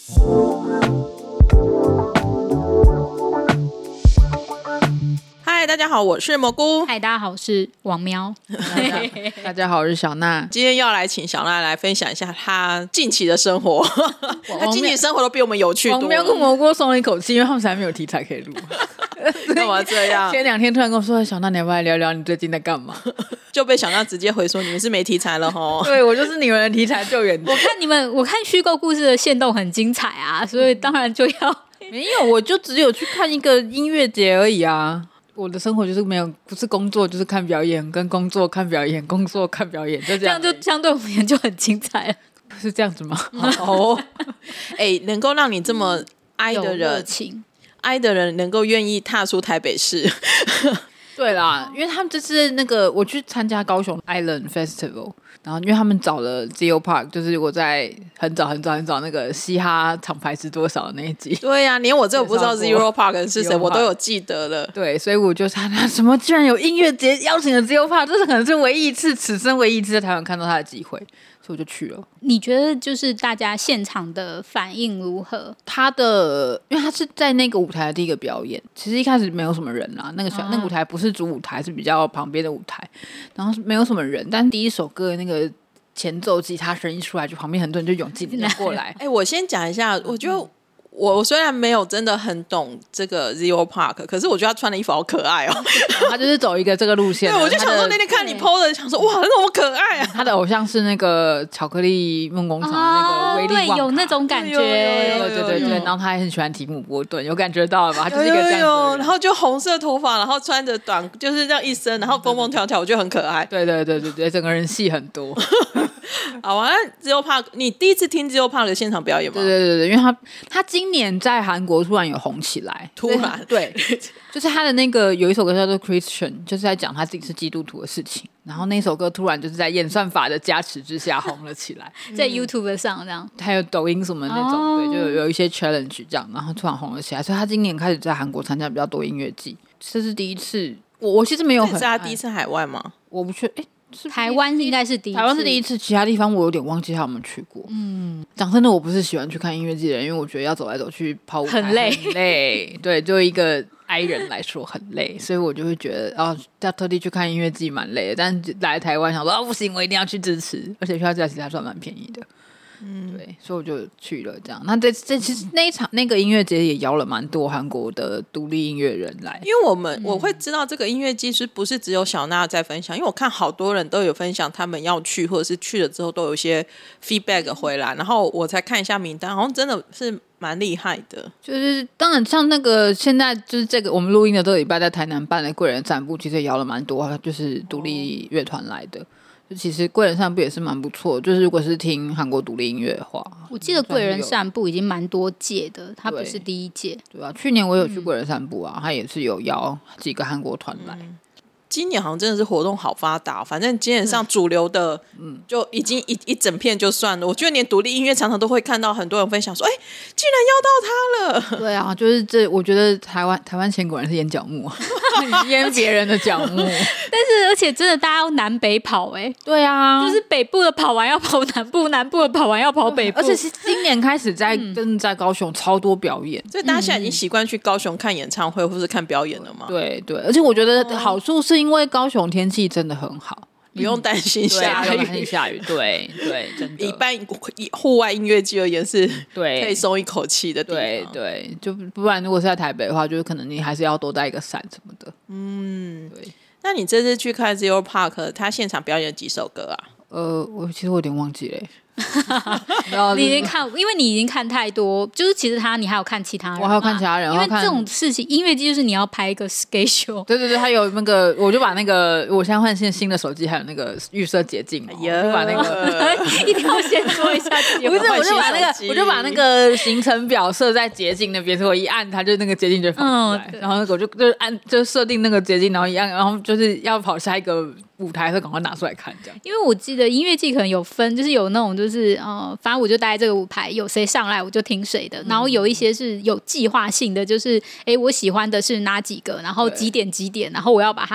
嗨，大家好，我是蘑菇。 嗨，大家好，我是王喵。 大家好，我是小娜。 今天要来请小娜来分享一下她近期的生活。她近期的生活都比我们有趣多了。 王喵跟蘑菇松了一口气，因为他们才没有题材可以录。 干嘛这样？ 前2天突然跟我说：“小娜，你要不要来聊聊你最近在干嘛？” 就被小娜直接回说：“你们是没题材了齁。” 对，我就是你们的题材救援者。 我看虚构故事的限动很精彩啊，所以当然就要没有，我就只有去看一个音乐节而已啊。我的生活就是没有，不是工作就是看表演，跟工作看表演，工作看表演，就这样。 这样就相对而言就很精彩了， 是这样子吗？ 哦，能够让你这么爱的有热人， 情。 爱的人能够愿意踏出台北市。 对啦，因为他们这次那个我去参加高雄 Island Festival， 然后因为他们找了 Zio Park， 就是我在很早那个嘻哈厂牌是多少的那一集。 对呀、连我这个不知道 Zio Park 是谁，我都有记得了。 对，所以我就猜他什么居然有音乐节邀请了 Zio Park， 这是可能是唯一一次，此生唯一一次在台湾看到他的机会，所以我就去了。 你觉得就是大家现场的反应如何？ 因为他是在那个舞台的第一个表演，其实一开始没有什么人啦，那个舞台不是主舞台，是比较旁边的舞台，然后没有什么人，但第一首歌的那个前奏吉他声一出来，就旁边很多人就涌进过来。 我先讲一下，我觉得我虽然没有真的很懂这个 Zio Park， 可是我觉得他穿的衣服好可爱哦。 他就是走一个这个路线。 对，我就想说那天看你 PO 的，想说哇，那么可爱啊！ 他的偶像是那个巧克力梦工厂的那个威力旺卡， 对，有那种感觉。 对，然后他也很喜欢提姆波顿，有感觉到了吧？他就是一个这样子的人。 然后就红色头发，然后穿着短，就是这样一身，然后蹦蹦跳跳，我觉得很可爱。 对，整个人戏很多。 好啊，那 Zio Park， 你第一次听 Zio Park 的现场表演吗？ 对，因为他今年在韩国突然有红起来， 突然对，就是他的那个有一首歌叫做 Christian， 就是在讲他自己是基督徒的事情，然后那首歌突然就是在演算法的加持之下红了起来， 在 YouTube 上这样， 还有抖音什么那种，对，就有一些 challenge 这样，然后突然红了起来，所以他今年开始在韩国参加比较多音乐季，这是第一次。我其实没有很， 是他第一次海外吗？ 我不确， 台湾应该是第一次， 台湾是第一次，其他地方我有点忘记他有没有去过。讲真的，我不是喜欢去看音乐季的人，因为我觉得要走来走去跑舞台很累， 对，就一个 I 人来说很累，所以我就会觉得要特地去看音乐季蛮累的。但来台湾想说不行，我一定要去支持，而且票价其实还算蛮便宜的。对，所以我就去了这样。那这其实那一场那个音乐节也邀了蛮多韩国的独立音乐人来， 因为我会知道这个音乐季是不是只有小娜在分享，因为我看好多人都有分享他们要去，或者是去了之后都有一些 feedback 回来，然后我才看一下名单，好像真的是蛮厉害的。 就是当然像那个现在就是这个我们录音的这个礼拜在台南办的贵人散步，其实也邀了蛮多就是独立乐团来的。就其实贵人散步也是蛮不错，就是如果是听韩国独立音乐的话， 我记得贵人散步已经蛮多届的，他不是第一届， 对吧？去年我有去贵人散步啊，他也是有邀几个韩国团来。 今年好像真的是活动好发达，反正基本上主流的，就已经一整片就算了。我觉得连独立音乐常常都会看到很多人分享说，竟然邀到他了。 对啊，就是我觉得台湾钱果然是淹脚木啊，淹别人的脚木。 但是而且真的大家要南北跑对啊， 就是北部的跑完要跑南部，南部的跑完要跑北部， 而且是今年开始真的在高雄超多表演， 所以大家现在已经习惯去高雄看演唱会或是看表演了嘛？ 对，而且我觉得好处是因为高雄天气真的很好， 不用担心下雨， 不用担心下雨，对，真的。 一般户外音乐季而言是可以松一口气的地方， 对，就不然如果是在台北的话，就是可能你还是要多带一个伞什么的。对。 那你这次去看 Zio Park， 他现场表演了几首歌啊？ 其实我有点忘记了。 你已经看，因为你已经看太多，就是其实你还有看其他人， 我还有看其他人， 因为这种事情，音乐季就是你要拍一个 schedule。 对，他有那个，我就把那个，我现在换新的手机，还有那个预设捷径，就把那个一定要先说一下， 不是，我就把那个行程表设在捷径那边，所以我一按它就那个捷径就放出来，然后我就设定那个捷径，然后一按，然后就是要跑下一个舞台的时候赶快拿出来看这样。 因为我记得音乐季可能有分，就是有那种就是反正我就待在这个舞台，有谁上来我就听谁的，然后有一些是有计划性的，就是我喜欢的是哪几个，然后几点，然后我要把它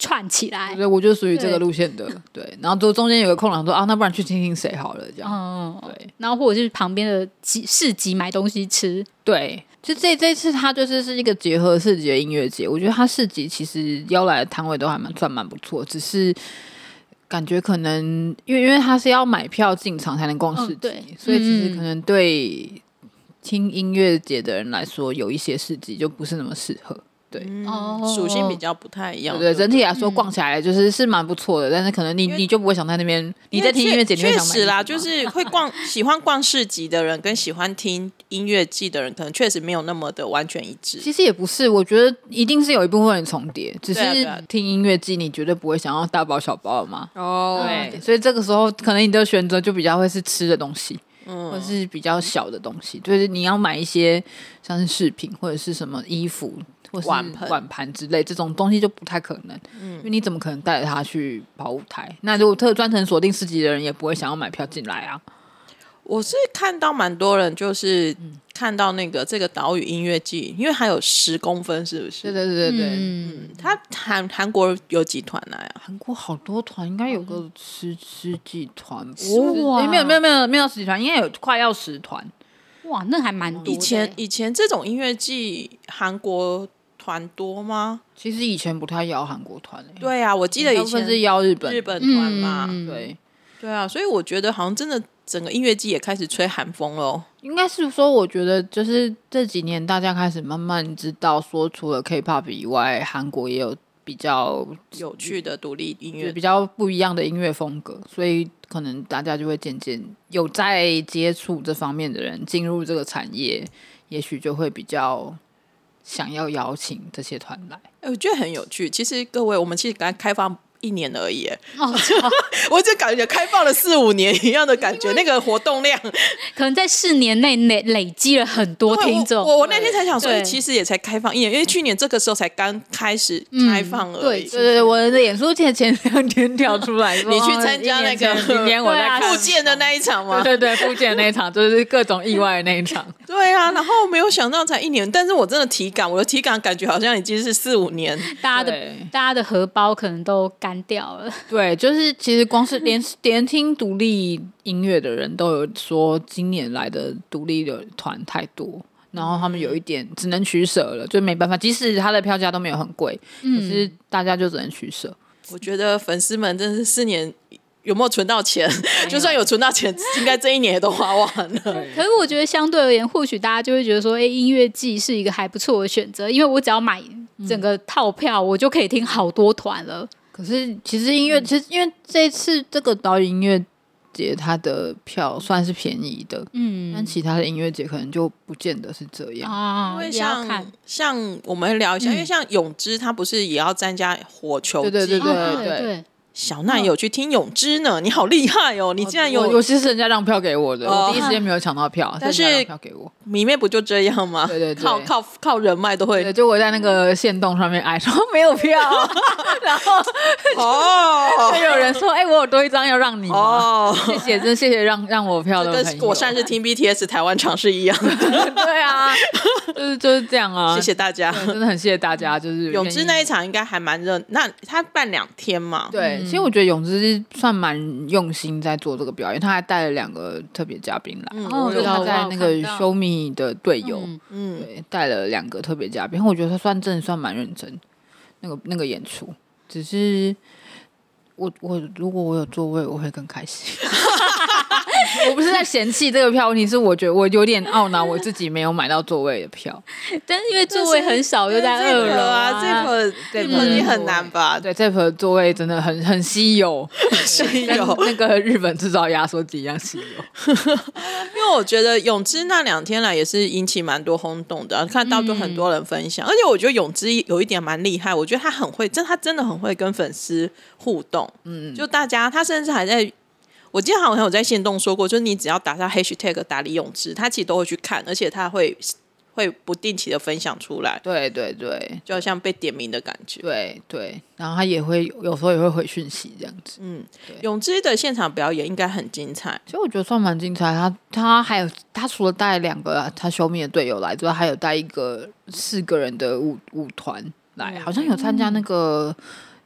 串起来。 对，我就属于这个路线的，对。然后中间有个空档说啊，那不然去听听谁好了，这样。对。 然后或者是旁边的市集买东西吃。 对，就这次它是一个结合市集的音乐节，我觉得它市集其实邀来的摊位都还算蛮不错，只是感觉可能因为它是要买票进场才能逛市集，所以其实可能对听音乐节的人来说，有一些市集就不是那么适合。对， 属性比较不太一样。 对，整体来说逛起来是蛮不错的，但是可能你就不会想在那边，你在听音乐节你会想买。 确实啦，就是会喜欢逛市集的人跟喜欢听音乐季的人，可能确实没有那么的完全一致。 其实也不是，我觉得一定是有一部分人重叠，只是听音乐季你绝对不会想要大包小包的嘛。对，所以这个时候可能你的选择就比较会是吃的东西。或者是比较小的东西，就是你要买一些像是饰品或者是什么衣服或是碗盘之类这种东西就不太可能，因为你怎么可能带着他去跑舞台？那如果专程锁定市集的人也不会想要买票进来啊。 我是看到蛮多人就是看到这个岛屿音乐季，因为还有10公分，是不是？ 对。 他韩国有几团来啊？ 韩国好多团，应该有个十几团。 哇， 没有10几团，应该有快要10团。 哇，那还蛮多的。 以前这种音乐季，韩国团多吗？ 其实以前不太邀韩国团对啊，我记得以前是邀日本团嘛。对啊，所以我觉得好像真的整个音乐季也开始吹韩风了。 应该是说，我觉得就是这几年大家开始慢慢知道，说除了 K-pop 以外，韩国也有比较有趣的独立音乐， 比较不一样的音乐风格，所以可能大家就会渐渐有在接触这方面的人进入这个产业，也许就会比较想要邀请这些团来。 我觉得很有趣。其实各位，我们其实刚开放1年而已，我就感觉开放了4、5年一样的感觉，那个活动量可能在4年内累积了很多听众。 我那天才想说，其实也才开放1年，因为去年这个时候才刚开始开放而已。 对，我的演出前2天跳出来说， 你去参加那个今天我在复健的那一场吗？ 对，复健的那一场就是各种意外的那一场。 对啊，然后没有想到才1年，但是我真的我的体感感觉好像已经是4、5年， 大家的荷包可能都干掉了。 对，就是其实光是连听独立音乐的人都有说，今年来的独立的团太多，然后他们有一点只能取舍了，就没办法，即使他的票价都没有很贵，可是大家就只能取舍。 我觉得粉丝们真是4年有没有存到钱？就算有存到钱，应该这1年也都花完了。 可是我觉得相对而言，或许大家就会觉得说，音乐季是一个还不错的选择，因为我只要买整个套票，我就可以听好多团了。 可是其实因为这次这个岛屿音乐节，它的票算是便宜的，但其他的音乐节可能就不见得是这样因为像我们聊一下，因为像永之，他不是也要参加火球季？ 对。 小奈有去听永之呢，你好厉害哦！你竟然有， 我其实人家让票给我的，我第一时间没有抢到票， 但是让票给我。 迷妹不就这样吗？ 对， 靠人脉都会。 对，就我在那个限动上面说没有票，然后就有人说，我有多一张要让你吗？谢谢让我票的朋友。 我上次听 BTS 台湾场是一样的。 对啊，就是这样啊！ 谢谢大家， 真的很谢谢大家。就是永之那一场应该还蛮热，那他办2天嘛？ 对。其实我觉得永之算蛮用心在做这个表演，他还带了2个特别嘉宾来，就是他在那个 Show Me 的队友，对，带了2个特别嘉宾，我觉得他真的算蛮认真，那个演出，只是我如果我有座位，我会更开心。我不是在嫌弃这个票，问题是我觉得我有点懊恼，我自己没有买到座位的票。 但是因为座位很少，又在2楼啊，这个你很难吧？ 对，这个座位真的很稀有，跟那个日本制造压缩机一样稀有。 因为我觉得永之那2天来也是引起蛮多轰动的，看到就很多人分享，而且我觉得永之有一点蛮厉害，我觉得他很会，他真的很会跟粉丝互动。就大家他甚至还在。我记得好像有在限动说过，就是你只要打上 hashtag 打李永芝，他其实都会去看，而且他会不定期的分享出来。 对， 就好像被点名的感觉。 对，然后他也会有时候也会回讯息这样子。 永芝的现场表演应该很精彩， 其实我觉得算蛮精彩。他除了带2个他休眠的队友来之外，还有带一个4个人的舞团来，好像有参加那个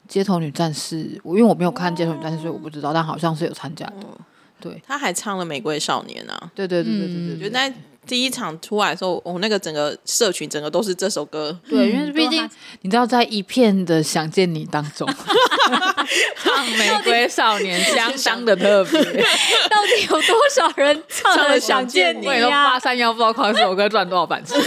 街头女战士，因为我没有看街头女战士，所以我不知道，但好像是有参加的。对， 他还唱了《玫瑰少年》啊。 对对对对对对， 就在第一场出来的时候，那个整个社群整个都是这首歌。 对，因为毕竟你知道，在一片的想见你当中，唱《玫瑰少年》相当的特别。 到底有多少人唱了想见你我也都呀？ 发山腰不知道靠这首歌赚多少版权。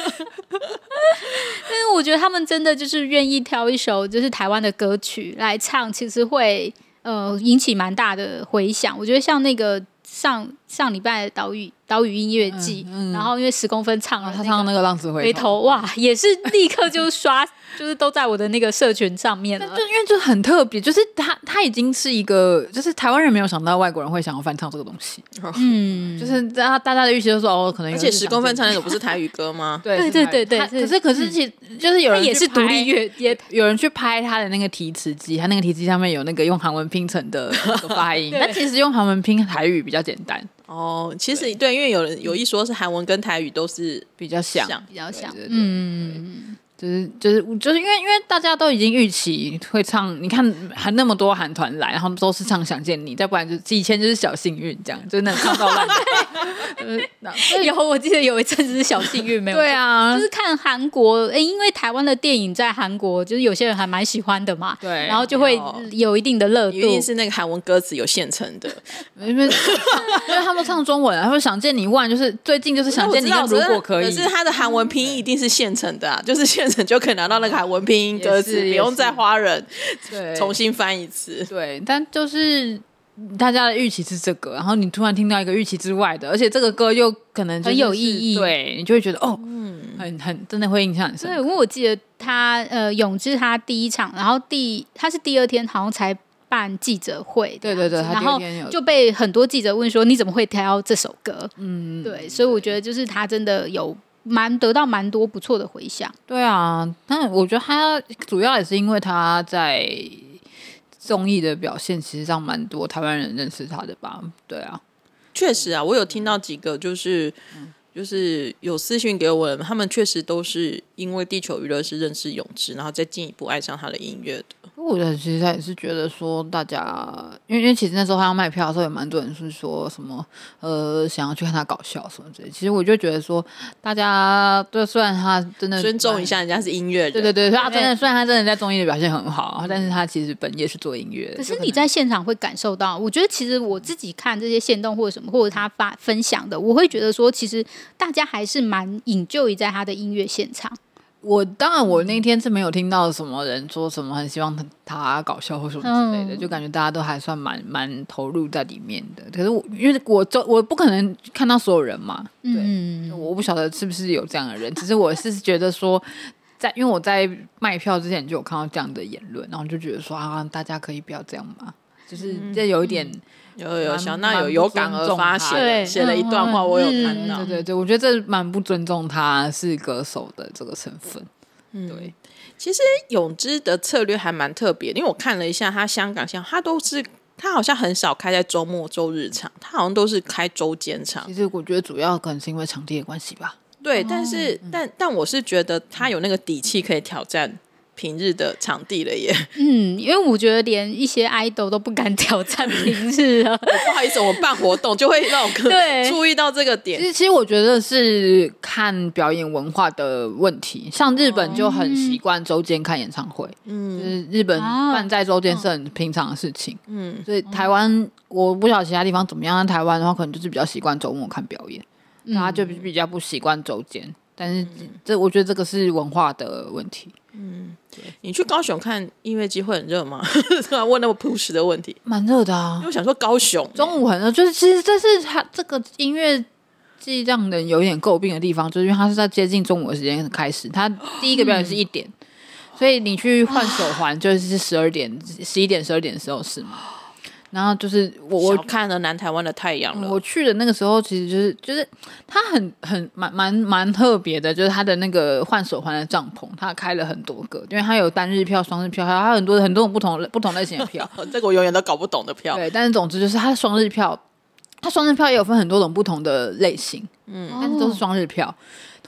但是我觉得他们真的就是愿意挑一首就是台湾的歌曲来唱，其实会引起蛮大的回响。我觉得像那个上礼拜的岛屿音乐季，然后因为10公分唱了、 他唱那个浪子回头， 哇，也是立刻就刷，就是都在我的那个社群上面了。 就因为就很特别，就是他已经是一个，就是台湾人没有想到外国人会想要翻唱这个东西。就是大家的预期都说可能有， 而且10公分唱那首不是台语歌吗？ 对对对对， 可是其实就是有人也是独立乐，也有人去拍他的那个提词机，他那个提词机上面有那个用韩文拼成的发音，但其实用韩文拼台语比较简单。 其实对，因为有一说是韩文跟台语都是比较像， 比较像， 对对对就是因为大家都已经预期会唱，你看还那么多韩团来，然后都是唱想见你，再不然就以前就是小幸运这样，就是能唱到烂的。 我记得有一阵子是小幸运，没有？ 对啊， 就是看韩国，因为台湾的电影在韩国，就是有些人还蛮喜欢的嘛， 对， 然后就会有一定的热度。 一定是那个韩文歌词有现成的， 因为他们唱中文，他们想见你万就是最近就是想见你，如果可以， 可是他的韩文拼音一定是现成的啊，就是现成就可以拿到那个韩文拼音歌词，不用再花人重新翻一次。 对，但就是大家的预期是这个，然后你突然听到一个预期之外的，而且这个歌又可能很有意义， 对你就会觉得很真的会印象很深刻。 对，因为我记得他永志他第一场，然后他是第二天好像才办记者会， 对对对， 然后就被很多记者问说你怎么会挑这首歌？对，所以我觉得就是他真的有得到蛮多不错的回响。 对啊，但我觉得他主要也是因为他在综艺的表现，其实让蛮多台湾人认识他的吧。对啊， 确实啊，我有听到几个就是有私讯给我的，他们确实都是因为地球娱乐是认识永志，然后再进一步爱上他的音乐的。 我觉得其实也是觉得说，大家因为其实那时候他要卖票的时候，有蛮多人是说什么想要去看他搞笑什么之类。其实我就觉得说，大家对虽然他真的尊重一下人家是音乐人， 对对对，他真的虽然他真的在综艺的表现很好，但是他其实本业是做音乐的。 可是你在现场会感受到，我觉得其实我自己看这些限动或者什么，或者他分享的，我会觉得说，其实大家还是蛮enjoy在他的音乐现场。 当然我那天是没有听到什么人说什么很希望他搞笑或什么之类的，就感觉大家都还算蛮投入在里面的。可是因为我不可能看到所有人嘛，对，我不晓得是不是有这样的人，只是我是觉得说，因为我在卖票之前就有看到这样的言论，然后就觉得说大家可以不要这样嘛，就是这有一点。 有小娜有感而发写了一段话，我有看到。 对对对，我觉得这蛮不尊重他是歌手的这个身份。对， 其实永之的策略还蛮特别的，因为我看了一下他香港他好像很少开在周末周日场，他好像都是开周间场。 其实我觉得主要可能是因为场地的关系吧。 对，但我是觉得他有那个底气可以挑战平日的场地了耶。 因为我觉得连一些 idol 都不敢挑战平日了。 不好意思，我们办活动就会让我注意到这个点。 其实我觉得是看表演文化的问题，像日本就很习惯周间看演唱会，就是日本办在周间是很平常的事情。所以台湾我不晓得其他地方怎么样，但台湾的话可能就是比较习惯周末看表演，大家就比较不习惯周间。但是我觉得这个是文化的问题。 你去高雄看音乐季会很热吗？问那么朴实的问题。 蛮热的啊， 因为我想说高雄中午很热，就是其实这是他这个音乐季让人有一点诟病的地方，就是因为他是在接近中午的时间开始，他第一个表演是1点，所以你去换手环就是11点、12点的时候是吗？然后就是我看了南台湾的太阳了。 我去的那个时候，其实就是它蛮特别的，就是它的那个换手环的帐篷，它开了很多个，因为它有单日票、双日票，还有很多种不同类型的票。 这个我永远都搞不懂的票。 对，但是总之就是它的双日票，它双日票也有分很多种不同的类型，但是都是双日票。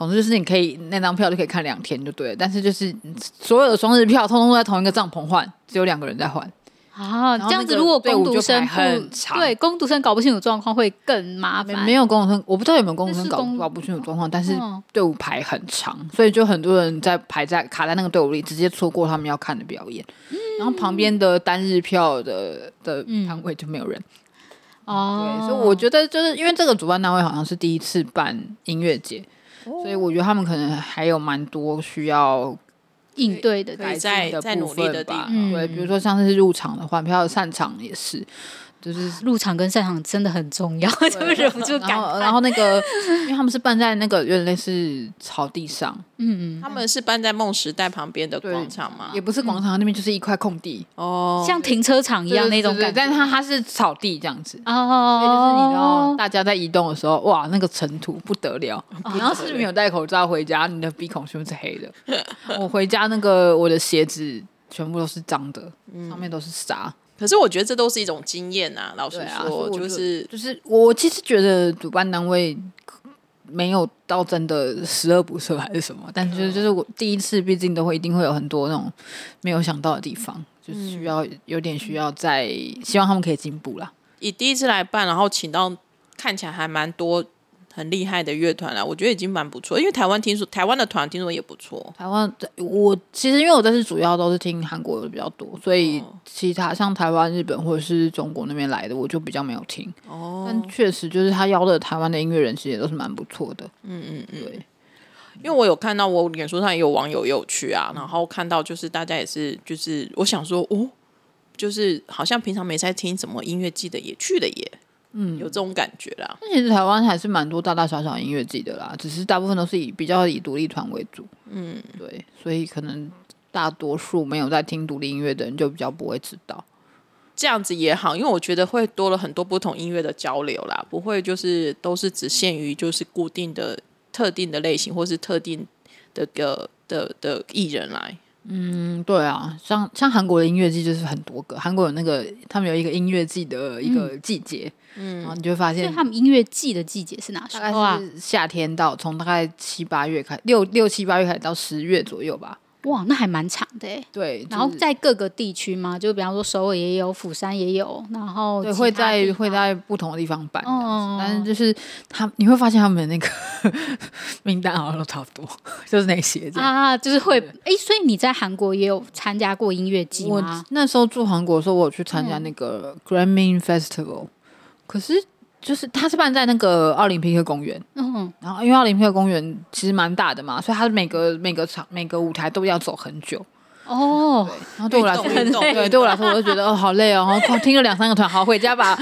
总之就是你可以那张票就可以看2天就对了，但是就是所有的双日票通通都在同一个帐篷换，只有2个人在换。 啊，这样子如果工读生很长， 对工读生搞不清楚状况会更麻烦。 没有工读生，我不知道有没有工读生搞不清楚状况，但是队伍排很长，所以就很多人在卡在那个队伍里，直接错过他们要看的表演。然后旁边的单日票的摊位就没有人。对，所以我觉得就是因为这个主办单位好像是第一次办音乐节，所以我觉得他们可能还有蛮多需要应对的， 在努力的地方。 对，比如说像是入场的换票的散场也是，就是入场跟散场真的很重要，真的忍不住感叹。 然后那个，因为他们是办在那个有点类似草地上， 他们是办在梦时代旁边的广场吗？ 也不是广场，那边就是一块空地哦， 像停车场一样那种感觉， 但是它是草地这样子哦， 所以就是你知道大家在移动的时候，哇，那个尘土不得了，然后是没有戴口罩回家，你的鼻孔全部是黑的。我回家那个我的鞋子全部都是脏的，上面都是沙。 可是我觉得这都是一种经验啊，老实说，就是我其实觉得主办单位没有到真的十恶不赦还是什么，但就是我第一次，毕竟一定会有很多那种没有想到的地方，就是有点需要再希望他们可以进步啦。 以第一次来办，然后请到看起来还蛮多很厉害的乐团啦，我觉得已经蛮不错。因为台湾的团听说也不错。 台湾我其实因为我这次主要都是听韩国的比较多，所以其他像台湾、日本或者是中国那边来的，我就比较没有听。但确实就是他邀的台湾的音乐人，其实也都是蛮不错的。对。 因为我有看到我脸书上也有网友也有去啊，然后看到就是大家也是就是我想说就是好像平常没在听什么音乐季的也去了耶。有这种感觉啦。 那其实台湾还是蛮多大大小小音乐季的啦，只是大部分都是比较以独立团为主。对，所以可能大多数没有在听独立音乐的人就比较不会知道。 这样子也好，因为我觉得会多了很多不同音乐的交流啦，不会就是都是只限于就是固定的特定的类型或是特定的艺人来。 对啊，像韩国的音乐季就是很多个，韩国有那个他们有一个音乐季的一个季节，然后你就会发现， 所以他们音乐季的季节是哪时候啊？ 大概是夏天到从大概7、8月开，6、7、8月开始到10月左右吧。 哇，那还蛮长的耶。 对，就是、 然后在各个地区嘛，就比方说首尔也有，釜山也有，然后对会在不同的地方办这样子，但是就是你会发现他们的那个名单好像都差不多，就是那些啊，就是会所以你在韩国也有参加过音乐季吗？ 我那时候住韩国的时候，我有去参加那个 Grammy Festival，可是。就是它是办在那个奥林匹克公园，然后因为奥林匹克公园其实蛮大的嘛，所以它每个舞台都要走很久。 哦， 然后对我来说，对我来说，我就觉得好累哦，然后听了2、3个团，好回家吧。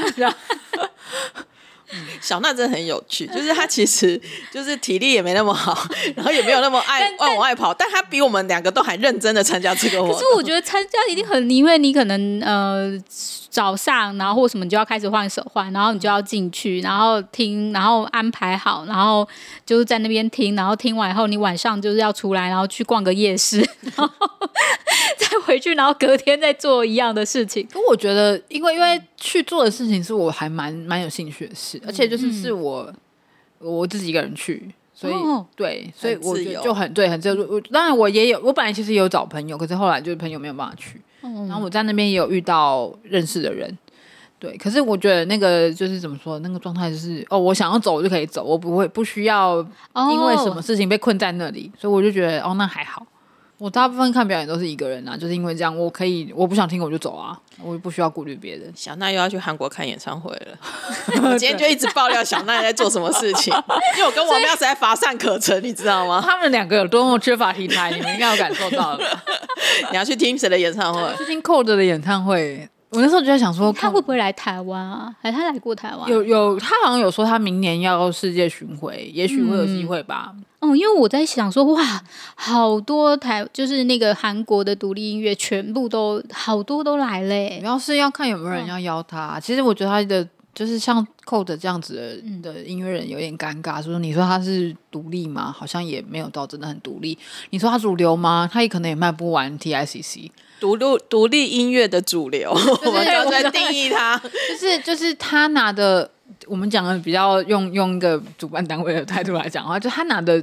小娜真的很有趣，就是她其实就是体力也没那么好，然后也没有那么爱往外跑，但她比我们2个都还认真的参加这个活动。 可是我觉得参加一定很，因为你可能早上，然后或什么你就要开始换手环，然后你就要进去，然后听，然后安排好，然后就是在那边听，然后听完以后，你晚上就是要出来，然后去逛个夜市，然后再回去，然后隔天再做一样的事情。 可我觉得，因为去做的事情是我还蛮有兴趣的事，而且就是我自己一个人去。所以对，所以我觉得就很自由。当然我也有，我本来其实也有找朋友，可是后来就是朋友没有办法去。然后我在那边也有遇到认识的人，对。可是我觉得那个就是怎么说，那个状态就是我想要走我就可以走，我不需要因为什么事情被困在那里，所以我就觉得那还好。我大部分看表演都是一个人啊，就是因为这样，我不想听我就走啊，我不需要顾虑别人。 小奈又要去韩国看演唱会了，我今天就一直爆料小奈在做什么事情，因为我跟王妙实在乏善可陈，你知道吗？ 他们2个有多么缺乏题材，你们应该有感受到了吧？ 你要去听谁的演唱会？ 去听 Cold 的演唱会。我那时候就在想说， 他会不会来台湾啊？还是他来过台湾？ 有，他好像有说他明年要世界巡回，也许会有机会吧。 因为我在想说，哇，好多就是那个韩国的独立音乐，全部都好多都来嘞。 主要是要看有没有人要邀他。其实我觉得他的就是像 Cold 这样子的音乐人有点尴尬，说你说他是独立吗？好像也没有到真的很独立。你说他主流吗？他也可能也卖不完 TICC。 独立音乐的主流，我们就在定义它， 就是他拿的，我们讲的比较用一个主办单位的态度来讲的话，就他拿的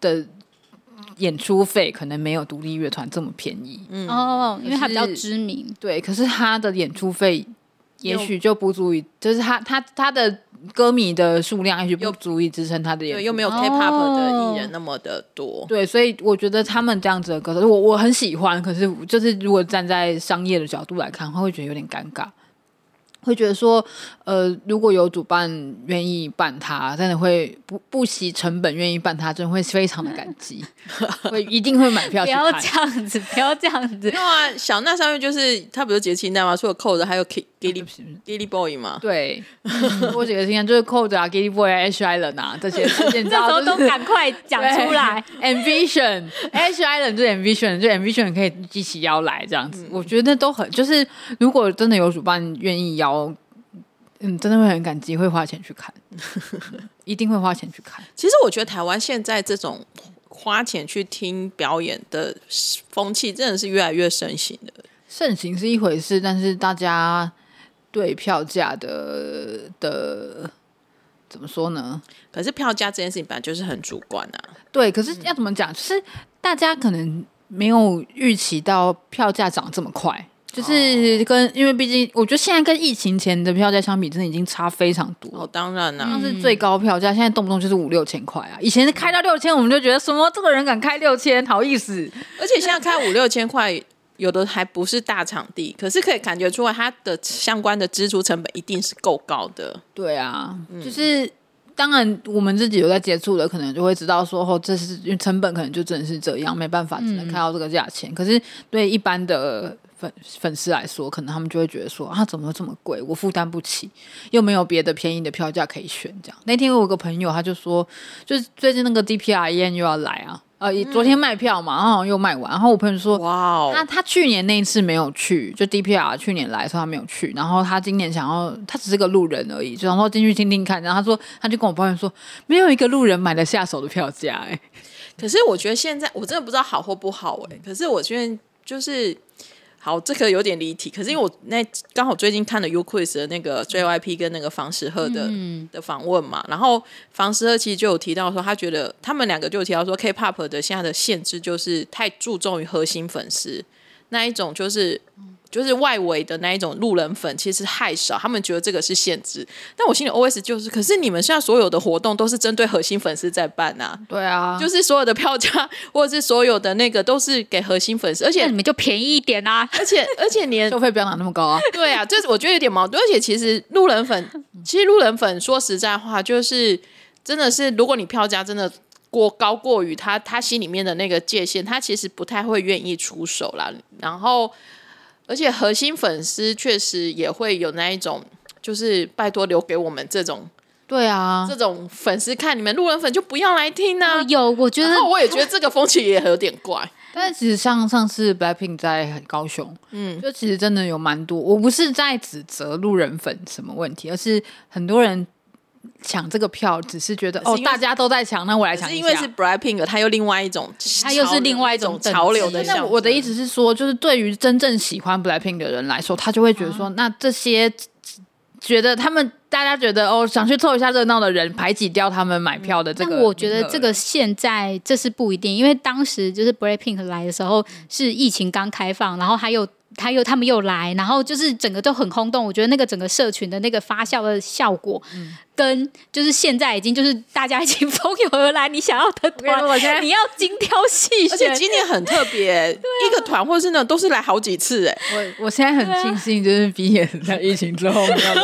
的演出费可能没有独立乐团这么便宜， 因为他比较知名， 对，可是他的演出费也许就不足以，就是他的歌迷的数量也许不足以支撑他的演出， 又没有 K-pop 的艺人那么的多， 对，所以我觉得他们这样子的歌手，我很喜欢，可是就是如果站在商业的角度来看，会觉得有点尴尬。会觉得说，如果有主办愿意办它，真的会不惜成本愿意办它，真的会非常的感激，一定会买票去看。 不要这样子，不要这样子。 没有啊，小娜上面就是它不是节清单吗？除了 Cold 还有 Gilly Boy 嘛。 对，我几个听就是 Cold 啊 ，Gilly Boy 啊 ，Ash Island 啊这些，你知道， 这时候都赶快讲出来。 Ambition，Ash Island 就是 Ambition， 就 Ambition 可以一起邀来这样子，我觉得都很，就是如果真的有主办愿意邀。真的会很感激，会花钱去看，一定会花钱去看。 其实我觉得台湾现在这种花钱去听表演的风气，真的是越来越盛行的。 盛行是一回事，但是大家对票价的怎么说呢？ 可是票价这件事情本来就是很主观啊。 对，可是要怎么讲？就是大家可能没有预期到票价涨这么快。就是因为毕竟我觉得现在跟疫情前的票价相比，真的已经差非常多。 哦，当然啦， 像是最高票价，现在动不动就是5-6千块啊！以前开到6000，我们就觉得什么这个人敢开6000，好意思。 而且现在开5-6千块，有的还不是大场地，可是可以感觉出来，它的相关的支出成本一定是够高的。 对啊，就是当然我们自己有在接触的，可能就会知道说，这是因为成本可能就真的是这样，没办法，只能开到这个价钱。可是对一般的粉丝来说，可能他们就会觉得说怎么会这么贵，我负担不起，又没有别的便宜的票价可以选。这样那天我有个朋友他就说，就是最近那个 DPREN 又要来啊，昨天卖票嘛，然后又卖完。然后我朋友说，哇，他去年那一次没有去，就 DPR 去年来的时候他没有去，然后他今年想要，他只是个路人而已，就想说进去听听看。然后他说，他就跟我抱怨说，没有一个路人买得下手的票价。 可是我觉得现在我真的不知道好或不好可是我觉得就是。好，这个有点离题，可是因为我刚好最近看了 U-Quiz 的那个 JYP 跟那个房时赫的访问嘛，然后房时赫其实就有提到说，他觉得他们两个就有提到说 K-pop 的现在的限制就是太注重于核心粉丝那一种，就是外围的那一种路人粉其实太少，他们觉得这个是限制。但我心里 OS 就是，可是你们现在所有的活动都是针对核心粉丝在办啊。 对啊， 就是所有的票价或者是所有的那个都是给核心粉丝，而且你们就便宜一点啊。 而且连收费不要拿那么高啊。 对啊，就是我觉得有点矛盾。而且其实路人粉说实在话，就是真的是，如果你票价真的高过于他心里面的那个界限，他其实不太会愿意出手啦。然后。而且核心粉丝确实也会有那一种，就是拜托留给我们这种， 对啊， 这种粉丝看你们路人粉就不要来听啊。 我觉得， 然后我也觉得这个风气也有点怪。 但其实上次 BLACKPINK 在高雄，就其实真的有蛮多，我不是在指责路人粉什么问题，而是很多人。抢这个票只是觉得大家都在抢，那我来抢一下。 因为是 BLACKPINK， 它又另外一种， 它又是另外一种潮流的象征。 那我的意思是说，就是对于真正喜欢 BLACKPINK 的人来说，他就会觉得说，那这些觉得大家觉得想去凑一下热闹的人，排挤掉他们买票的这个。 但我觉得这个现在这是不一定，因为当时就是 BLACKPINK 来的时候是疫情刚开放，然后他们又来，然后就是整个都很轰动。我觉得那个整个社群的那个发酵的效果，跟就是现在已经就是大家已经蜂拥而来，你想要的团，你要精挑细选。 而且今年很特别，一个团或是那都是来好几次我现在很庆幸，就是毕业在疫情之后没有来。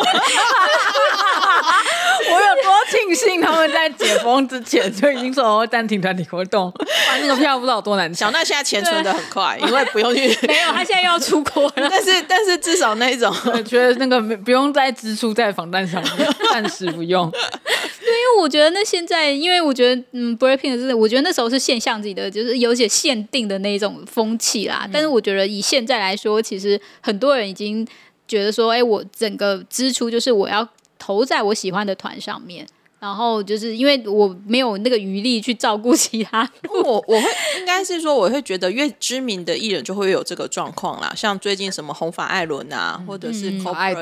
我有多庆幸他们在解封之前就已经说暂停团体活动，那个票不知道有多难抢。 小娜现在钱存得很快，因为不用去没有，他现在又要出国了。 但是至少那一种， 我觉得那个不用再支出在防弹上面，暂时不用。 对，因为我觉得那现在，因为我觉得BLACKPINK 是，我觉得那时候是现象级的，就是有些限定的那种风气啦。但是我觉得以现在来说，其实很多人已经觉得说，我整个支出就是我要投在我喜欢的团上面，然后就是因为我没有那个余力去照顾其他我会应该是说，我会觉得越知名的艺人就会有这个状况啦，像最近什么红发艾伦啊，或者是可爱的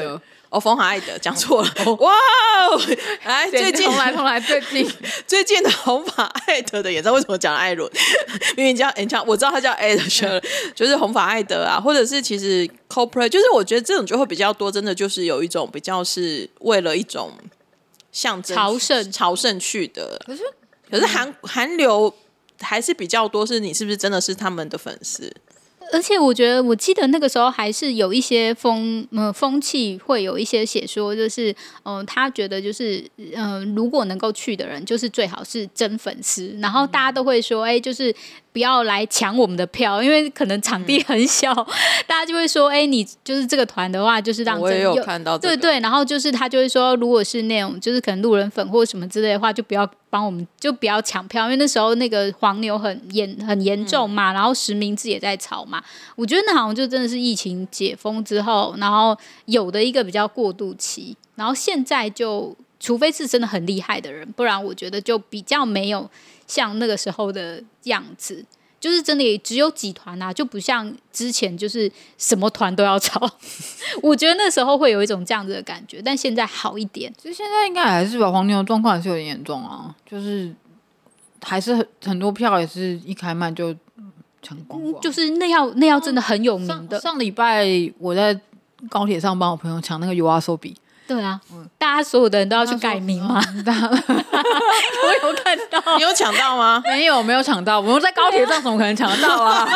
冯法爱德讲错了，哇哦！来，最近重来， 最近的红发艾德的演唱会为什么讲艾伦？明明叫我知道他叫艾德，就是红发艾德啊，或者是其实 Coldplay， 就是我觉得这种就会比较多，真的就是有一种比较是为了一种象征朝圣去的。可是韩流还是比较多，是你是不是真的是他们的粉丝？ 而且我觉得，我记得那个时候还是有一些风气，会有一些写说，就是他觉得就是如果能够去的人，就是最好是真粉丝。然后大家都会说，就是不要来抢我们的票，因为可能场地很小，大家就会说，你就是这个团的话，就是让我也有看到这个， 对，然后就是他就会说，如果是那种就是可能路人粉或者什么之类的话，就不要帮我们，就不要抢票，因为那时候那个黄牛很严重嘛，然后实名制也在吵嘛。我觉得那好像就真的是疫情解封之后，然后有的一个比较过渡期，然后现在就除非是真的很厉害的人，不然我觉得就比较没有像那个时候的样子，就是真的也只有几团啊，就不像之前就是什么团都要吵。我觉得那时候会有一种这样子的感觉，但现在好一点。 其实现在应该还是吧，黄牛的状况还是有点严重啊，就是还是很多票也是一开卖就抢光光， 就是那要真的很有名的。 上礼拜我在高铁上帮我朋友抢那个 YOASOBI。 对啊，大家所有的人都要去改名吗？我有看到， 你有抢到吗？ 没有抢到。我们在高铁上怎么可能抢得到啊？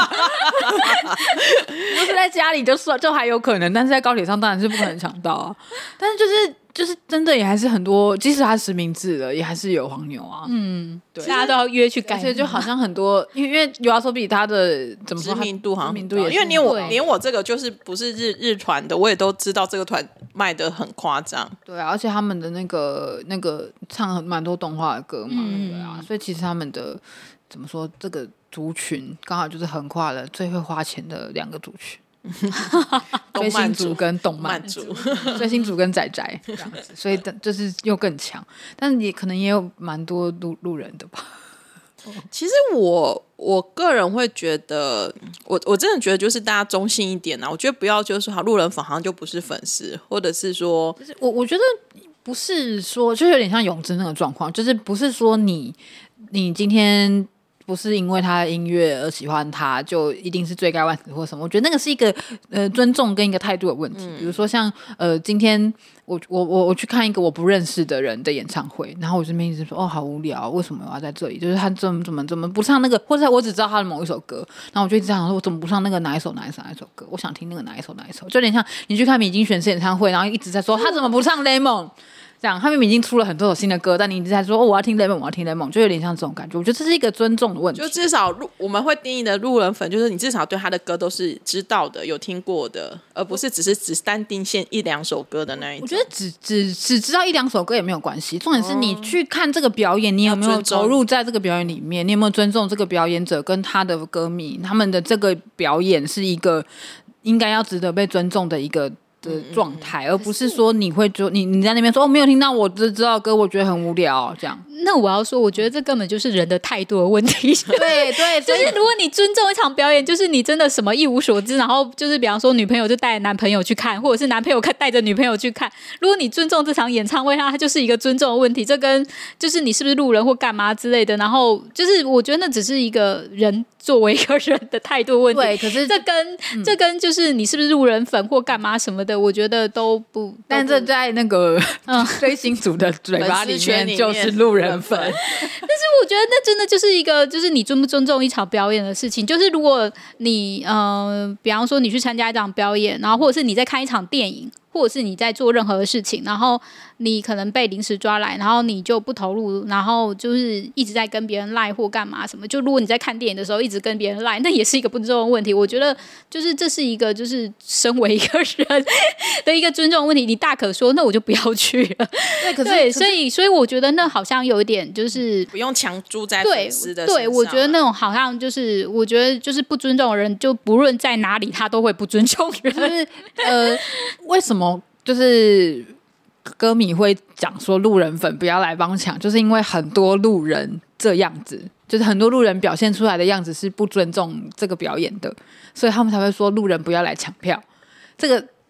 不是在家里就还有可能，但是在高铁上当然是不可能抢到啊。但是就是真的也还是很多，即使它实名制了，也还是有黄牛啊。 对，大家都要约去改名， 而且就好像很多，因为YOASOBI它的怎么说知名度好像知名度也是， 因为连我这个就是不是日团的，我也都知道这个团卖的很夸张。 对啊，而且他们的那个唱蛮多动画的歌嘛，对啊，所以其实他们的怎么说，这个族群刚好就是横跨了最会花钱的两个族群。追星族跟动漫族，追星族跟宅宅这样子，所以就是又更强，但也可能也有蛮多路人的吧。 其实我个人会觉得，我真的觉得就是大家中性一点啊，我觉得不要就是说好路人粉好像就不是粉丝，或者是说， 就是我觉得不是说，就有点像永之那个状况，就是不是说你今天不是因为他的音乐而喜欢他，就一定是罪该万死或什么。我觉得那个是一个尊重跟一个态度的问题。比如说像今天我去看一个我不认识的人的演唱会，然后我这边一直说好无聊，为什么我要在这里？就是他怎么不唱那个，或者我只知道他的某一首歌，然后我就一直想说，我怎么不唱那个哪一首歌？我想听那个哪一首，就有点像你去看米津玄师演唱会，然后一直在说他怎么不唱 Lemon。这样，他们已经出了很多首新的歌，但你一直在说我要听 Lemon， 就有点像这种感觉。我觉得这是一个尊重的问题。 就至少我们会定义的路人粉，就是你至少对他的歌都是知道的、有听过的，而不是只单定限一两首歌的那一种。 我觉得只知道一两首歌也没有关系，重点是你去看这个表演，你有没有投入在这个表演里面？你有没有尊重这个表演者跟他的歌迷？他们的这个表演是一个应该要值得被尊重的一个的状态，而不是说你会说你在那边说没有听到我知道的歌，我觉得很无聊这样。 那我要说，我觉得这根本就是人的态度的问题。 对， 就是如果你尊重一场表演，就是你真的什么一无所知，然后就是比方说女朋友就带男朋友去看，或者是男朋友带着女朋友去看。如果你尊重这场演唱会，它就是一个尊重的问题。这跟就是你是不是路人或干嘛之类的，然后就是我觉得那只是一个人作为一个人的态度问题。 对，可是这跟就是你是不是路人粉或干嘛什么的，我觉得都不。 但这在那个追星族的嘴巴里面就是路人粉。但是我觉得那真的就是一个就是你尊不尊重一场表演的事情。就是如果你比方说你去参加一场表演，然后或者是你在看一场电影，或者是你在做任何的事情，然后你可能被临时抓来，然后你就不投入，然后就是一直在跟别人赖或干嘛什么。就如果你在看电影的时候一直跟别人赖，那也是一个不尊重的问题。我觉得就是这是一个就是身为一个人的一个尊重的问题。你大可说那我就不要去了。对，所以我觉得那好像有一点就是不用强注在粉丝的身上。 对，我觉得那种好像就是我觉得就是不尊重的人，就不论在哪里他都会不尊重人。 就是为什么就是歌迷会讲说路人粉不要来帮抢，就是因为很多路人这样子，就是很多路人表现出来的样子是不尊重这个表演的，所以他们才会说路人不要来抢票。这个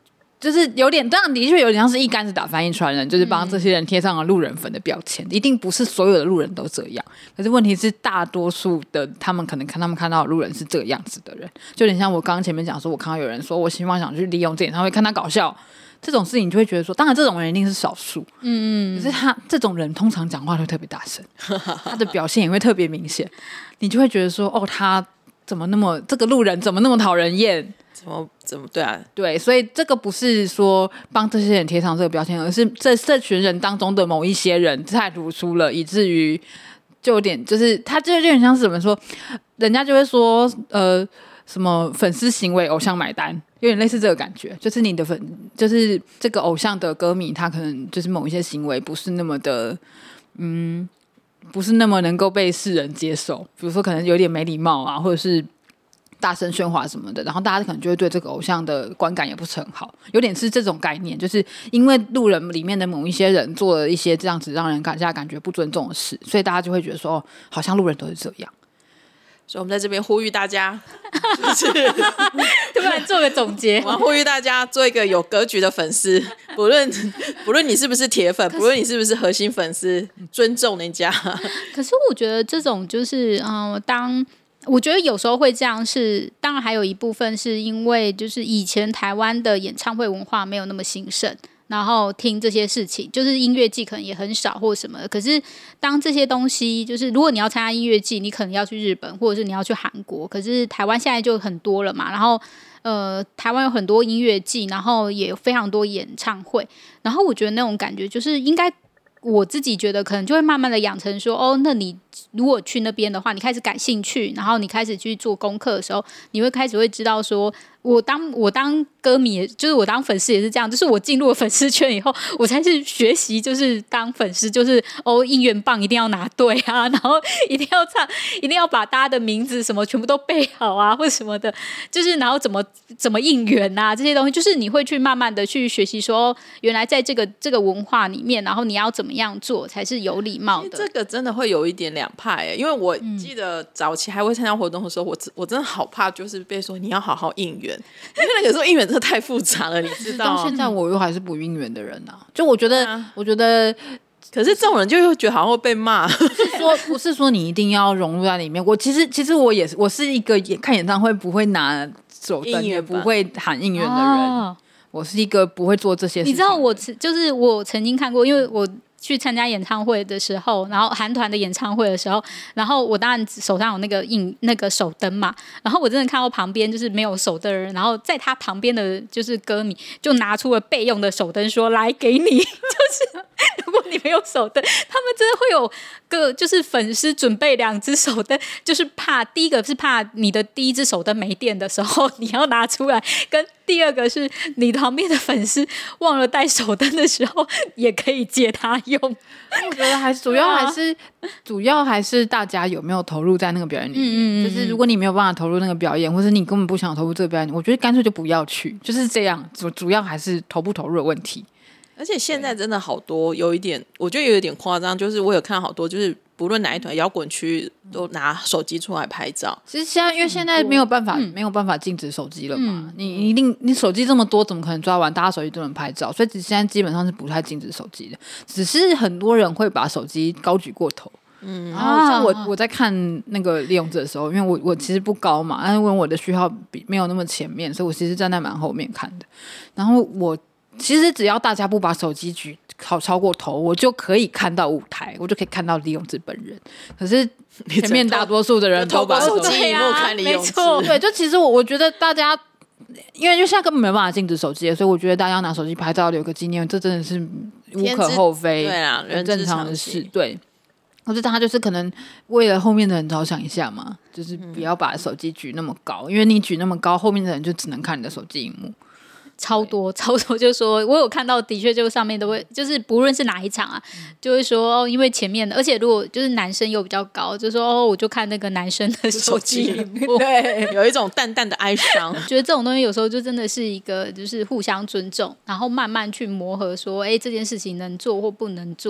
就是有点，当然的确有点像是一竿子打翻一船人，就是帮这些人贴上了路人粉的标签，一定不是所有的路人都这样。可是问题是，大多数的他们可能他们看到的路人是这个样子的人，就有点像我刚刚前面讲说，我看到有人说我希望想去利用这演唱会看他搞笑。这种事情你就会觉得说，当然这种人一定是少数，可是他这种人通常讲话会特别大声，他的表现也会特别明显，你就会觉得说，哦，他怎么那么这个路人怎么那么讨人厌？ 怎么对啊？ 对，所以这个不是说帮这些人贴上这个标签，而是这群人当中的某一些人太突出了，以至于就有点就是他就有点像是怎么说，人家就会说什么粉丝行为偶像买单，有点类似这个感觉，就是你的就是这个偶像的歌迷，他可能就是某一些行为不是那么的不是那么能够被世人接受，比如说可能有点没礼貌啊，或者是大声喧哗什么的，然后大家可能就会对这个偶像的观感也不是很好，有点是这种概念，就是因为路人里面的某一些人做了一些这样子让人感觉不尊重的事，所以大家就会觉得说，哦，好像路人都是这样。 所以我们在这边呼吁大家， 突然做个总结， 我们呼吁大家做一个有格局的粉丝，不论你是不是铁粉，不论你是不是核心粉丝，尊重人家。 可是我觉得这种就是我觉得有时候会这样是，当然还有一部分是因为就是以前台湾的演唱会文化没有那么兴盛，然后听这些事情，就是音乐季可能也很少或什么的。可是当这些东西，就是如果你要参加音乐季，你可能要去日本，或者是你要去韩国。可是台湾现在就很多了嘛，然后台湾有很多音乐季，然后也有非常多演唱会。然后我觉得那种感觉就是应该。我自己觉得可能就会慢慢的养成说，哦，那你如果去那边的话，你开始感兴趣，然后你开始去做功课的时候，你会开始会知道说，我当歌迷，就是我当粉丝也是这样，就是我进入了粉丝圈以后，我才是学习，就是当粉丝，就是应援棒一定要拿对啊，然后一定要唱，一定要把大家的名字什么全部都背好啊，或什么的，就是然后怎么应援啊，这些东西，就是你会去慢慢的去学习说，原来在这个文化里面，然后你要怎么样做才是有礼貌的。 这个真的会有一点两派耶，因为我记得早期还会参加活动的时候，我真的好怕就是被说你要好好应援，因为那个时候应援真的太复杂了，你知道。 到现在我又还是不应援的人啊，就我觉得， 可是这种人就会觉得好像会被骂。 不是说你一定要融入在里面。我其实我是一个看演唱会不会拿手灯，也不会喊应援的人。我是一个不会做这些事情的人。 你知道我曾经看过，因为我去参加演唱会的时候，然后韩团的演唱会的时候，然后我当然手上有那个手灯嘛，然后我真的看到旁边就是没有手灯的人，然后在他旁边的就是歌迷就拿出了备用的手灯说来给你，就是如果你没有手灯，他们真的会有就是粉丝准备2只手灯，就是怕第一个是怕你的第一只手灯没电的时候你要拿出来，跟第二个是你旁边的粉丝忘了带手灯的时候也可以借他用。 我觉得主要还是大家有没有投入在那个表演里面。就是如果你没有办法投入那个表演，或是你根本不想投入这个表演，我觉得干脆就不要去，就是这样。主要还是投不投入的问题。 而且现在真的好多我觉得有一点夸张，就是我有看好多就是不论哪一团摇滚区都拿手机出来拍照。 其实因为现在没有办法禁止手机了嘛，你手机这么多，怎么可能抓完大家手机都能拍照？所以现在基本上是不太禁止手机的，只是很多人会把手机高举过头。然后像我在看那个利用者的时候，因为我其实不高嘛，但是因为我的序号没有那么前面，所以我其实站在蛮后面看的。然后我其实只要大家不把手机举超过头，我就可以看到舞台，我就可以看到利用者本人。可是前面大多数的人都把手机荧幕看利用者， 对，就其实我觉得大家，因为就现在根本没办法禁止手机，所以我觉得大家拿手机拍照留个纪念，这真的是无可厚非， 对啊， 很正常的事。对，我觉得大家就是可能为了后面的人着想一下嘛，就是不要把手机举那么高，因为你举那么高，后面的人就只能看你的手机荧幕。 超多，就是说我有看到，的确就上面都会，就是不论是哪一场啊，就会说因为前面的，而且如果就是男生又比较高，就说我就看那个男生的手机， 对，有一种淡淡的哀伤。 觉得这种东西有时候就真的是一个就是互相尊重，然后慢慢去磨合说，这件事情能做或不能做。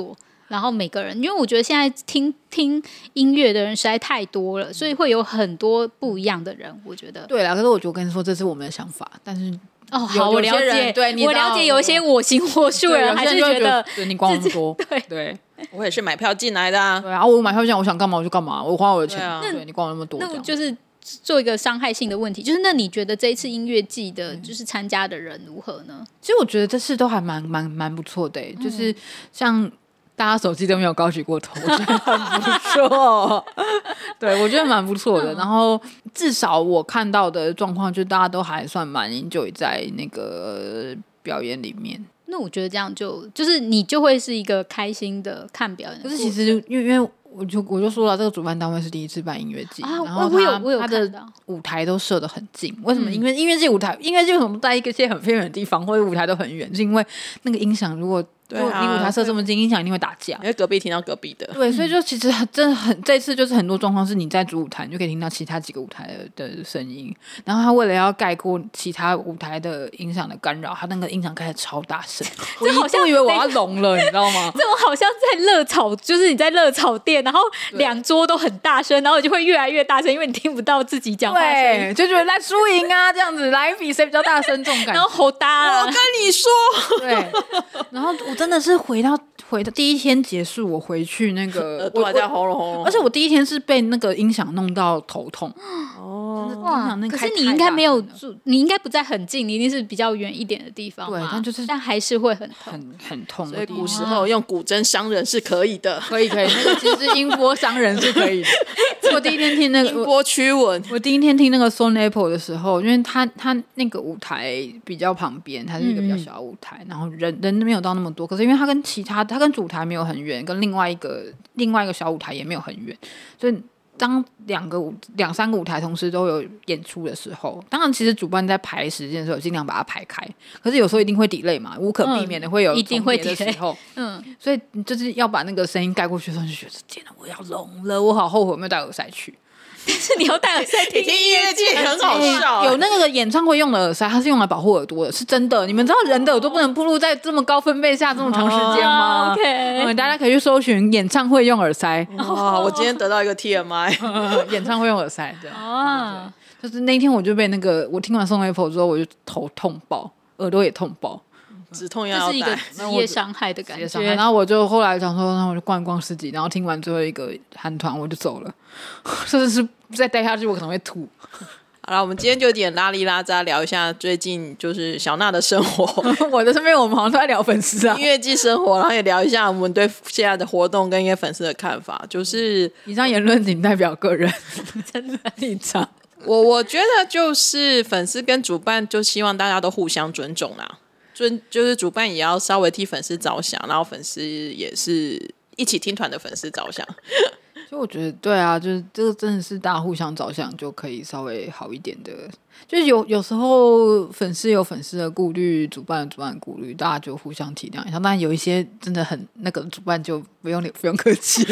然后每个人，因为我觉得现在听音乐的人实在太多了，所以会有很多不一样的人。我觉得对啦，可是我就跟你说，这是我们的想法，但是好，我了解， 对， 我了解有一些我行我素的人还是觉得对你管我那么多，对。 我也是买票进来的啊。 对啊，我买票进来，我想干嘛我就干嘛，我花我的钱。对，你管我那么多， 那就是做一个伤害性的问题。就是那你觉得这一次音乐季的，就是参加的人如何呢？ 其实我觉得这次都还蛮不错的，就是像大家手机都没有高举过头，我觉得很不错。对，我觉得蛮不错的。然后至少我看到的状况，就大家都还算蛮 enjoy 在那个表演里面。 那我觉得这样就是你就会是一个开心的看表演的。 可是其实因为我就说了，这个主办单位是第一次办音乐季，然后我有他的舞台都设得很近。为什么音乐季为什么在一些很偏远的地方，或者舞台都很远？是因为那个音响如果你舞台设这么近，音响一定会打架， 因为隔壁听到隔壁的。 对，所以就其实真的这次就是很多状况是你在主舞台，你就可以听到其他几个舞台的声音，然后他为了要盖过其他舞台的音响的干扰，他那个音响开始超大声，我一度以为我要聋了，你知道吗？ 这种好像在热炒，就是你在热炒店，然后两桌都很大声，然后你就会越来越大声，因为你听不到自己讲话声音， 对，就觉得来输赢啊，这样子来比谁比较大声这种感觉， 然后吼大啊。 我跟你说， 对，然后我真的是回到第一天结束，我回去那个耳朵还在轰隆轰隆， 而且我第一天是被那个音响弄到头痛。 哇！可是你应该没有住，你应该不在很近，你一定是比较远一点的地方嘛。 对， 但还是会很痛， 很痛。 所以古时候用古筝伤人是可以的， 可以。那个其实音波伤人是可以的。我第一天听那个音波驱蚊， 我第一天听那个 Stone Apple 的时候，因为他那个舞台比较旁边，它是一个比较小的舞台，然后人没有到那么多，可是因为它跟主台没有很远，跟另外一个小舞台也没有很远，所以当两三个舞台同时都有演出的时候，当然其实主办在排时间的时候尽量把它排开，可是有时候一定会 delay 嘛，无可避免的会有重叠的时候，所以就是要把那个声音盖过去的时候，就觉得天哪，我要聋了，我好后悔我没有带耳塞去。 但是你要戴耳塞听音乐季很好笑， 有那个演唱会用的耳塞，它是用来保护耳朵的，是真的。你们知道人的耳朵不能暴露在这么高分贝下这么长时间吗 ？OK， 大家可以去搜寻演唱会用耳塞。 我今天得到一个 TMI， 演唱会用耳塞，对啊，就是那一天我就被我听完 Song Apple 之后，我就头痛爆，耳朵也痛爆。 止痛药， 这是一个职业伤害的感觉。 然后我就后来想说，那我就逛一逛市集，然后听完最后一个韩团我就走了。甚至是再待下去我可能会吐。 好了，我们今天就有点拉里拉扎聊一下最近就是小娜的生活。 我的身边我们好像都在聊粉丝啊， 音乐季生活，然后也聊一下我们对现在的活动跟一些粉丝的看法。就是以上言论仅代表个人真的立场。 我觉得就是粉丝跟主办就希望大家都互相尊重啦。就是主办也要稍微替粉丝着想，然后粉丝也是一起听团的粉丝着想。 所以我觉得对啊，就是这个真的是大家互相着想就可以稍微好一点的。就是有时候粉丝有粉丝的顾虑，主办的顾虑，大家就互相体谅一下。当然有一些真的很那个主办就不用客气。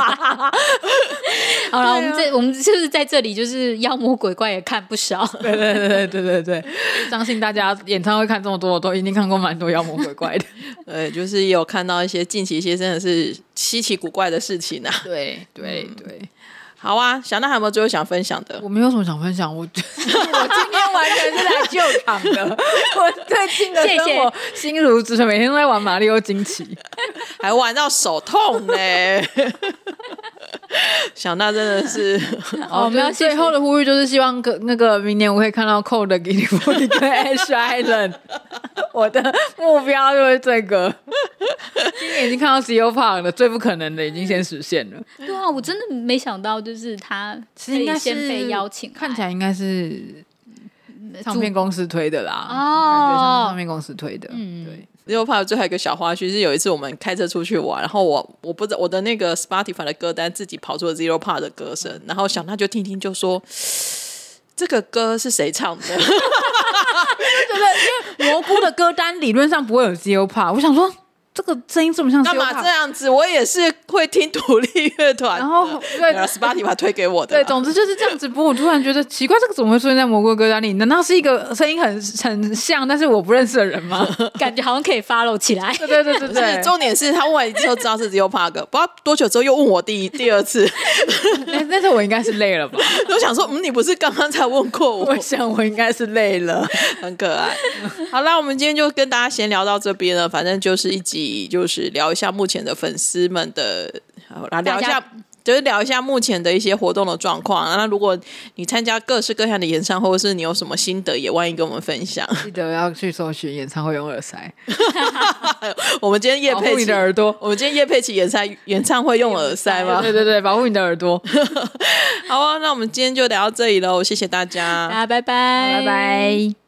好了，我们就是在这里就是妖魔鬼怪也看不少。 对，相信大家演唱会看这么多，我都一定看过蛮多妖魔鬼怪的。 对，就是也有看到一些近期一些真的是稀奇古怪的事情啊。 对。 好啊，小娜还有没有最后想分享的？ 我没有什么想分享，我今天完全是来救场的。我最近的生活心如止水，每天都在玩马里奥惊奇， 还玩到手痛呢。小娜真的是， 我们要最后的呼吁就是希望那个明年我可以看到 Cold 的 Gilly Boy 跟 Ash Island， 我的目标就是这个。今年已经看到 CEO Park 了，最不可能的已经先实现了。 对啊，我真的没想到，就是他可以先被邀请， 看起来应该是唱片公司推的啦，感觉像是唱片公司推的。对。 又怕最后一个小花絮是有一次我们开车出去玩，然后我不知道我的那个 Spotify 的歌单自己跑出了 Zero Part 的歌声，然后小娜就听听就说这个歌是谁唱的？ 对，因为蘑菇的歌单理论上不会有 Zero Part， 我想说这个声音这么像干嘛这样子？我也是会听独立乐团的， 然后对 Spotify 推给我的。 对，总之就是这样子播。我突然觉得奇怪，这个怎么会出现在蘑菇歌单里？难道是一个声音很像，但是我不认识的人吗？ 感觉好像可以 follow 起来。 对， 重点是他问完之后知道是 Zio Park，不知道多久之后又问我第二次。 那时候我应该是累了吧？ 我想说，你不是刚刚才问过我？ 我想我应该是累了， 很可爱。好啦，我们今天就跟大家闲聊到这边了，反正就是一集，就是聊一下目前的粉丝们的，聊一下。就是聊一下目前的一些活动的状况。那如果你参加各式各样的演唱会，或是你有什么心得，也欢迎跟我们分享。 记得要去搜寻演唱会用耳塞。 我们今天业配保护你的耳朵， 我们今天业配起演唱会用耳塞吗？ 对，保护你的耳朵。 好啊，那我们今天就聊到这里喽，谢谢大家， 大家拜拜， 拜拜。